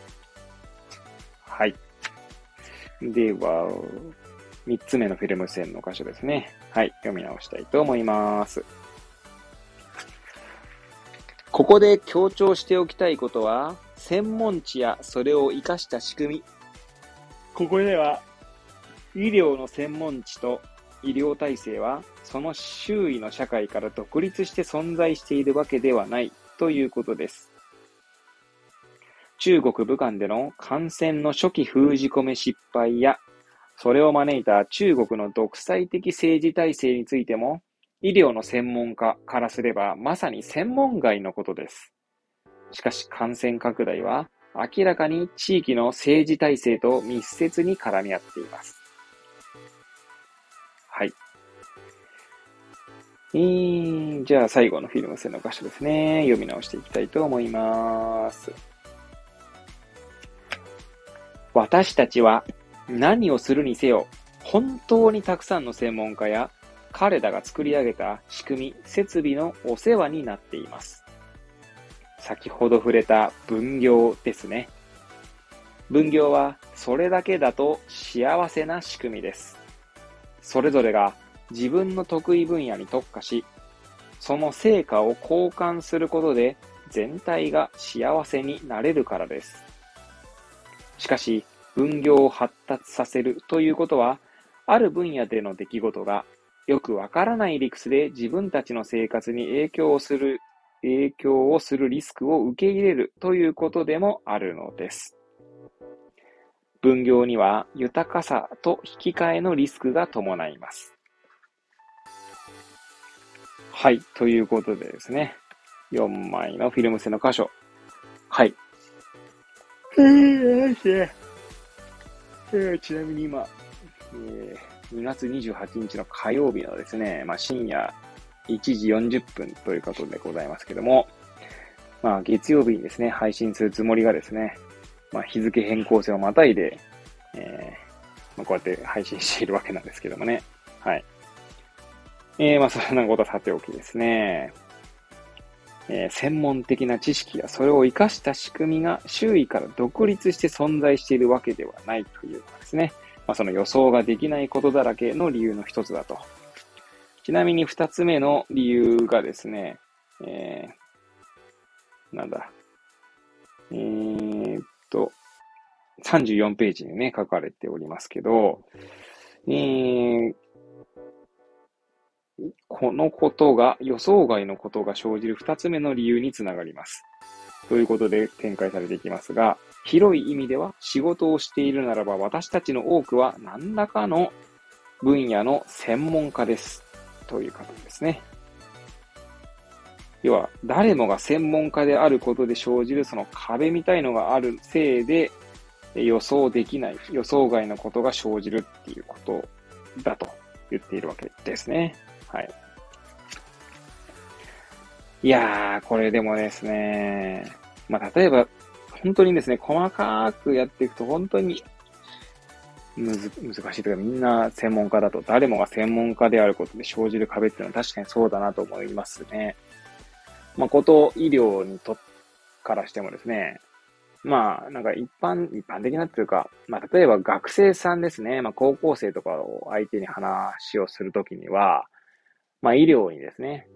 はい。では、3つ目のフィルム線の箇所ですね。はい、読み直したいと思います。ここで強調しておきたいことは、専門知やそれを活かした仕組み。ここでは、医療の専門知と医療体制は、その周囲の社会から独立して存在しているわけではないということです。中国武漢での感染の初期封じ込め失敗や、それを招いた中国の独裁的政治体制についても、医療の専門家からすればまさに専門外のことです。しかし感染拡大は明らかに地域の政治体制と密接に絡み合っています。はい。じゃあ最後のフィルム線の箇所ですね。読み直していきたいと思います。私たちは何をするにせよ、本当にたくさんの専門家や彼らが作り上げた仕組み、設備のお世話になっています。先ほど触れた分業ですね。分業はそれだけだと幸せな仕組みです。それぞれが自分の得意分野に特化し、その成果を交換することで全体が幸せになれるからです。しかし、分業を発達させるということは、ある分野での出来事がよくわからない理屈で自分たちの生活に影響をするリスクを受け入れるということでもあるのです。分業には豊かさと引き換えのリスクが伴います。はい、ということでですね、4枚のフィルム製の箇所。はい。ちなみに今、2月28日の火曜日のですね、深夜1時40分ということでございますけども、月曜日にですね、配信するつもりがですね、日付変更線をまたいで、こうやって配信しているわけなんですけどもね。はい。そんなことはさておきですね、専門的な知識やそれを活かした仕組みが周囲から独立して存在しているわけではないというのがですね、その予想ができないことだらけの理由の一つだと。ちなみに二つ目の理由がですね、34ページにね、書かれておりますけど、このことが、予想外のことが生じる二つ目の理由につながります。ということで展開されていきますが、広い意味では仕事をしているならば私たちの多くは何らかの分野の専門家です。ということですね。要は、誰もが専門家であることで生じるその壁みたいのがあるせいで予想できない、予想外のことが生じるっていうことだと言っているわけですね。はい。いやー、これでもですね、例えば、本当にですね、細かくやっていくと本当に難しいというか、みんな専門家だと、誰もが専門家であることで生じる壁っていうのは確かにそうだなと思いますね。こと医療にからしてもですね、一般的なっていうか、例えば学生さんですね、高校生とかを相手に話をするときには、医療にですね、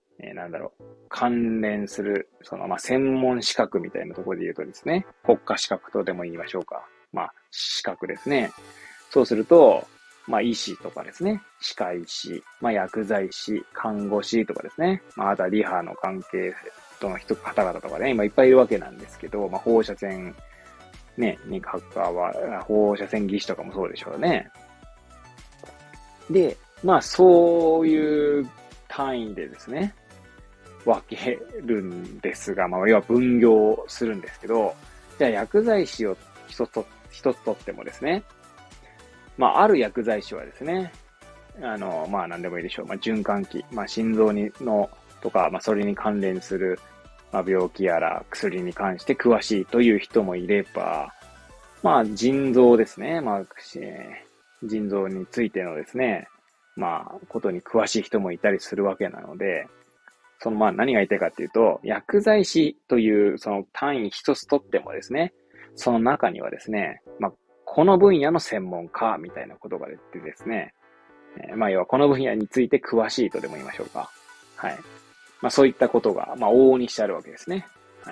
関連する、専門資格みたいなところで言うとですね、国家資格とでも言いましょうか。資格ですね。そうすると、医師とかですね、歯科医師、薬剤師、看護師とかですね、あとはリハの関係トの方々とかね、今いっぱいいるわけなんですけど、放射線、ね、に関わる、放射線技師とかもそうでしょうね。で、そういう単位でですね、分けるんですが、要は分業するんですけど、じゃあ薬剤師を一つとってもですね、ある薬剤師はですね、何でもいいでしょう。循環器、心臓とか、それに関連する、病気やら薬に関して詳しいという人もいれば、腎臓ですね。腎臓についてのですね、ことに詳しい人もいたりするわけなので、何が言いたいかっていうと、薬剤師というその単位一つとってもですね、その中にはですね、この分野の専門家みたいなことが出てですね、要はこの分野について詳しいとでも言いましょうか。はい。そういったことが、往々にしてあるわけですね。はい。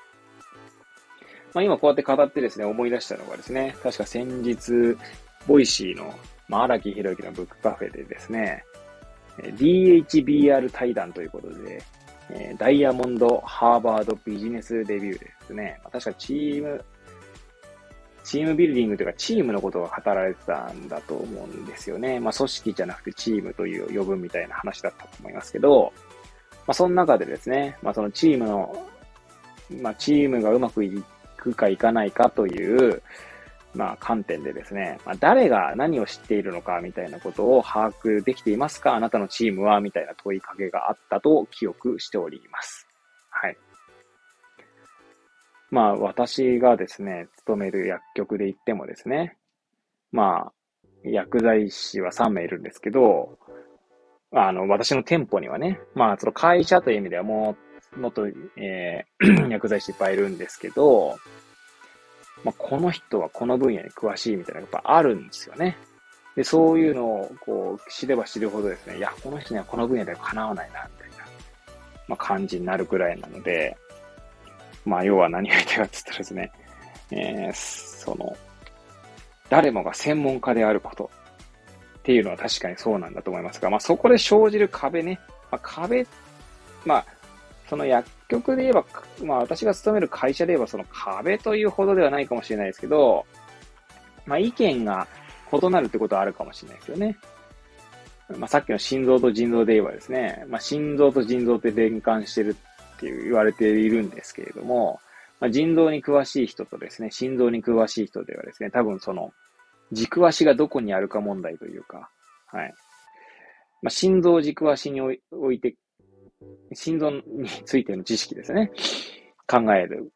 今こうやって語ってですね、思い出したのがですね、確か先日、ボイシーの、荒木宏之のブックカフェでですね、DHBR 対談ということで、ダイヤモンドハーバードビジネスレビューですね。確かチームビルディングというかチームのことが語られてたんだと思うんですよね。組織じゃなくてチームという呼ぶみたいな話だったと思いますけど、その中でですね、そのチームがうまくいくかいかないかという、観点でですね、誰が何を知っているのかみたいなことを把握できていますか、あなたのチームはみたいな問いかけがあったと記憶しております。はい。私がですね、勤める薬局で言ってもですね、薬剤師は3名いるんですけど、私の店舗にはね、その会社という意味ではもっと、薬剤師いっぱいいるんですけど、この人はこの分野に詳しいみたいなのがやっぱあるんですよね。で、そういうのを知れば知るほどですね、いや、この人にはこの分野ではかなわないな、みたいな、感じになるくらいなので、要は何が言いたいかって言ったらですね、誰もが専門家であることっていうのは確かにそうなんだと思いますが、そこで生じる壁ね、その薬局で言えば、私が勤める会社で言えばその壁というほどではないかもしれないですけど、意見が異なるってことはあるかもしれないですよね。さっきの心臓と腎臓で言えばですね、心臓と腎臓って連関してるって言われているんですけれども、腎臓に詳しい人とですね、心臓に詳しい人ではですね、多分その軸足がどこにあるか問題というか、はい。心臓を軸足に置いて、心臓についての知識ですね。考える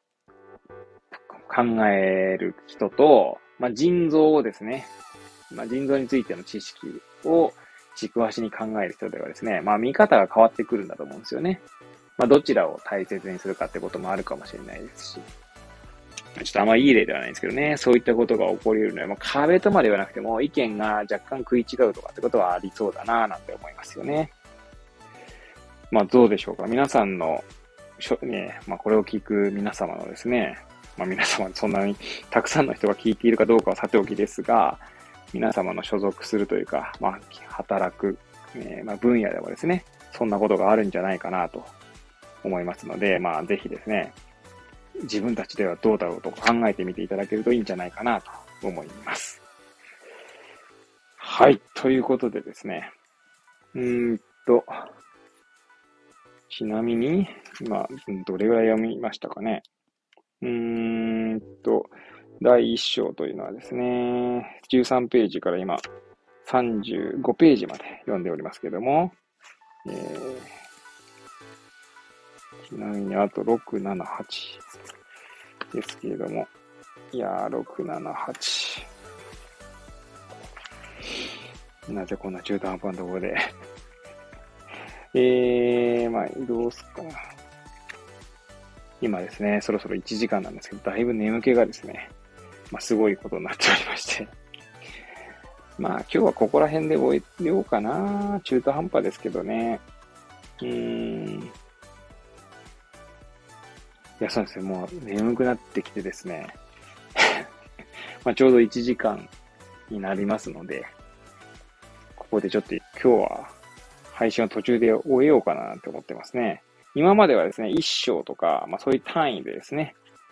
人と、腎臓をですね、腎臓についての知識を軸足に考える人ではですね、見方が変わってくるんだと思うんですよね。どちらを大切にするかってこともあるかもしれないですし、ちょっとあんまいい例ではないんですけどね、そういったことが起こり得るので、壁とまではなくても意見が若干食い違うとかってことはありそうだなぁなんて思いますよね。どうでしょうか。皆さんの、これを聞く皆様のですね、皆様そんなにたくさんの人が聞いているかどうかはさておきですが、皆様の所属するというか、働く、分野でもですね、そんなことがあるんじゃないかなと思いますので、ぜひですね、自分たちではどうだろうと考えてみていただけるといいんじゃないかなと思います。はい。ということでですね。ちなみに、今、どれぐらい読みましたかね。第1章というのはですね、13ページから今、35ページまで読んでおりますけども、ちなみにあと6、7、8ですけれども、いやー、6、7、8。なぜこんな中途半端なところで移動すっかな。今ですね、そろそろ1時間なんですけど、だいぶ眠気がですね、すごいことになっておりまして今日はここら辺で終えようかな。中途半端ですけどね。いや、そうですね。もう眠くなってきてですね。ちょうど1時間になりますので、ここでちょっと今日は配信を途中で終えようかなって思ってますね。 今まではですね、一章とか、そういう単位でですね、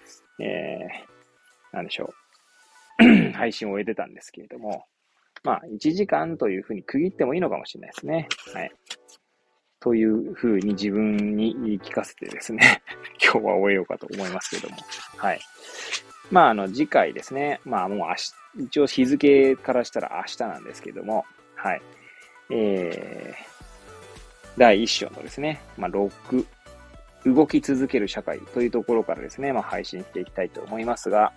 なんでしょう、配信を終えてたんですけれども、1時間というふうに区切ってもいいのかもしれないですね。はい。というふうに自分に言い聞かせてですね、今日は終えようかと思いますけれども。はい。次回ですね。もう一応日付からしたら明日なんですけれども、はい。第1章のですね、6、動き続ける社会というところからですね、配信していきたいと思いますが、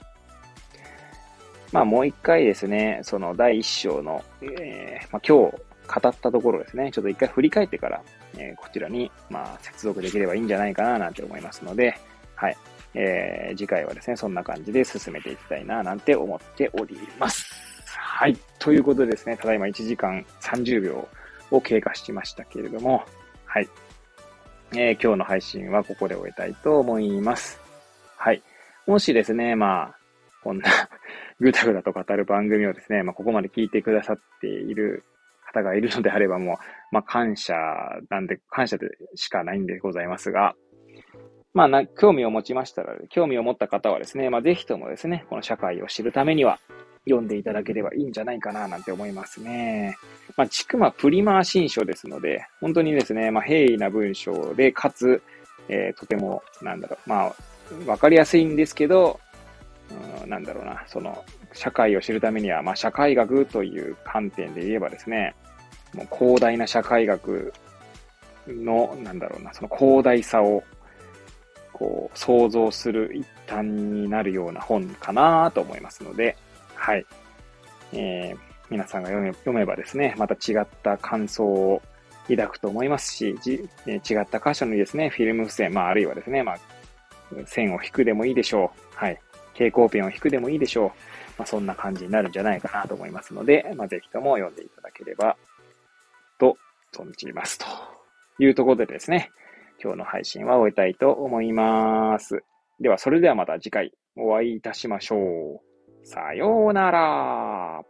もう一回ですね、その第1章の、今日語ったところですね、ちょっと一回振り返ってから、こちらに、接続できればいいんじゃないかななんて思いますので、はい。次回はですね、そんな感じで進めていきたいななんて思っております。はい。ということでですね、ただいま1時間30秒を経過しましたけれども、はい。今日の配信はここで終えたいと思います。はい。もしですね、こんなぐだぐだと語る番組をですね、ここまで聞いてくださっている方がいるのであればもう、感謝でしかないんでございますが、興味を持ちましたら、興味を持った方はですね、ぜひともですね、この社会を知るためには読んでいただければいいんじゃないかななんて思いますね。ちくまプリマー新書ですので、本当にですね、平易な文章で、かつ、とても、わかりやすいんですけど、その、社会を知るためには、社会学という観点で言えばですね、もう広大な社会学の、その広大さを、想像する一端になるような本かなと思いますので、はい。皆さんが読めばですね、また違った感想を抱くと思いますし、違った箇所にですね、フィルム付箋、あるいはですね、線を引くでもいいでしょう。はい。蛍光ペンを引くでもいいでしょう。そんな感じになるんじゃないかなと思いますので、ぜひとも読んでいただければと存じます。というところでですね、今日の配信は終えたいと思います。では、それではまた次回お会いいたしましょう。さようなら。